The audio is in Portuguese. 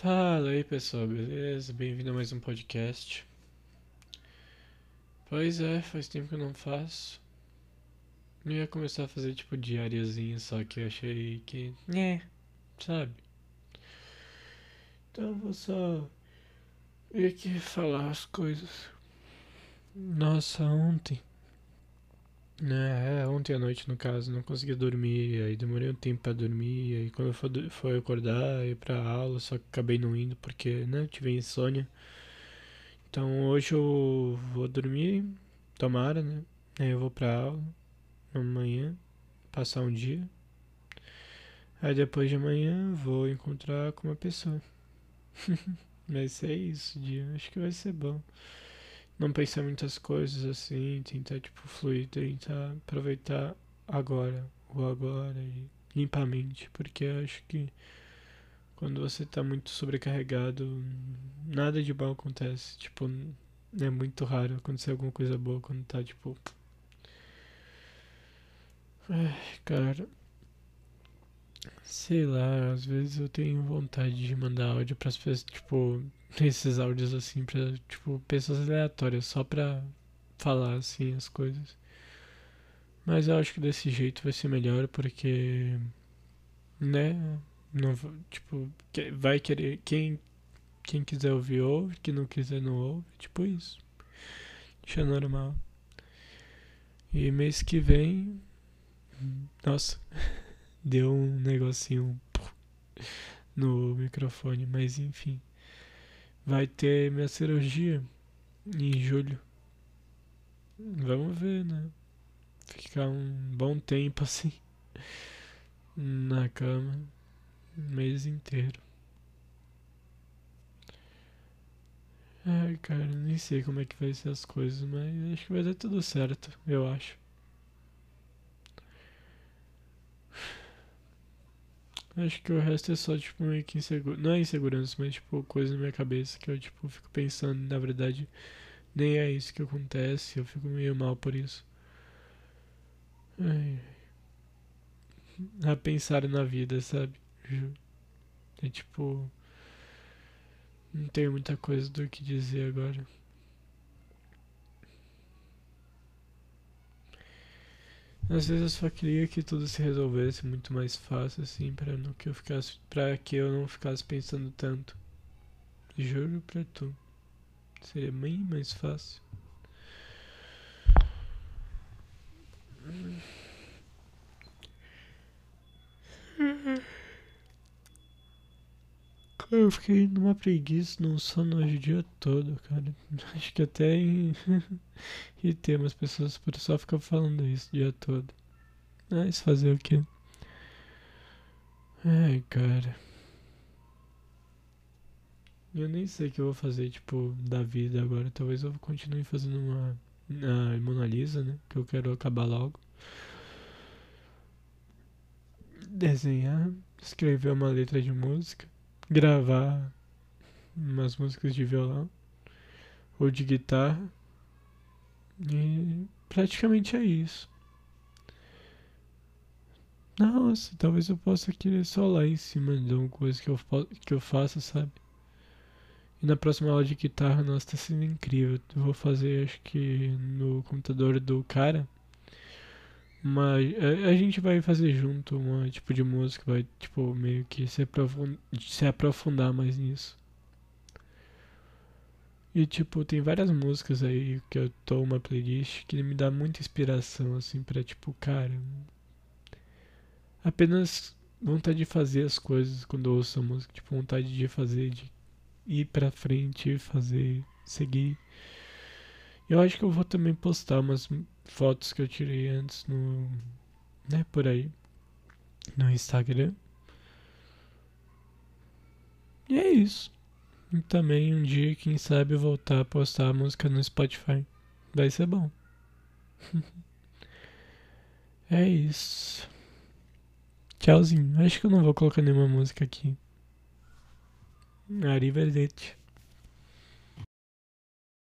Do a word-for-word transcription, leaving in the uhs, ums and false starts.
Fala aí pessoal, beleza? Bem-vindo a mais um podcast. Pois é, faz tempo que eu não faço. Eu ia começar a fazer tipo diáriozinho, só que eu achei que. Né, sabe? Então eu vou só vir aqui falar as coisas. Nossa, ontem. Né, é, ontem à noite no caso, não consegui dormir, aí demorei um tempo pra dormir, aí quando eu fui, fui acordar, ir pra aula, só que acabei não indo porque, né, tive insônia. Então hoje eu vou dormir, tomara, né? Aí eu vou pra aula amanhã, passar um dia. Aí depois de amanhã vou encontrar com uma pessoa. Vai ser isso, dia. Acho que vai ser bom. Não pensar muitas coisas assim, tentar tipo fluir, tentar aproveitar agora, o agora e limpar a mente, porque eu acho que quando você tá muito sobrecarregado, nada de bom acontece. Tipo, é muito raro acontecer alguma coisa boa quando tá tipo. Ai, cara, sei lá, às vezes eu tenho vontade de mandar áudio pras pessoas, tipo, esses áudios assim pra, tipo, pessoas aleatórias, só pra falar assim as coisas. Mas eu acho que desse jeito vai ser melhor porque, né, não, tipo, vai querer, quem, quem quiser ouvir ouve, quem não quiser não ouve, tipo isso. Deixa normal. E mês que vem, nossa, deu um negocinho no microfone, mas enfim. Vai ter minha cirurgia em julho. Vamos ver, né? Ficar um bom tempo assim na cama, um mês inteiro. Ai, cara, nem sei como é que vai ser as coisas, mas acho que vai dar tudo certo, eu acho. Acho que o resto é só, tipo, meio que inseguro. Não é insegurança, mas, tipo, coisa na minha cabeça que eu, tipo, fico pensando, na verdade, nem é isso que acontece, eu fico meio mal por isso. Ai, a pensar na vida, sabe? É tipo, não tenho muita coisa do que dizer agora. Às vezes eu só queria que tudo se resolvesse muito mais fácil, assim, para não que eu ficasse, para que eu não ficasse pensando tanto. Juro pra tu, seria bem mais fácil. Cara, eu fiquei numa preguiça, num sono hoje o dia todo, cara. Acho que até irritei umas pessoas por só ficar falando isso o dia todo. Mas fazer o quê? Ai, cara. Eu nem sei o que eu vou fazer, tipo, da vida agora. Talvez eu continue fazendo uma. A Mona Lisa, né? Que eu quero acabar logo. Desenhar, escrever uma letra de música, gravar umas músicas de violão ou de guitarra. E praticamente é isso. Nossa, talvez eu possa querer só lá em cima de uma coisa que eu, que eu faça, sabe? E na próxima aula de guitarra, nossa, tá sendo incrível. Eu vou fazer, acho que no computador do cara. Mas a, a gente vai fazer junto um tipo de música, vai tipo meio que se aprofundar, se aprofundar mais nisso. E tipo, tem várias músicas aí que eu tô uma playlist que me dá muita inspiração assim pra tipo, cara, apenas vontade de fazer as coisas quando eu ouço a música, tipo, vontade de fazer, de ir pra frente, fazer, seguir. Eu acho que eu vou também postar umas fotos que eu tirei antes no, né, por aí, no Instagram. E é isso. E também um dia, quem sabe, eu voltar a postar a música no Spotify. Vai ser bom. É isso. Tchauzinho. Acho que eu não vou colocar nenhuma música aqui. Arrivederci.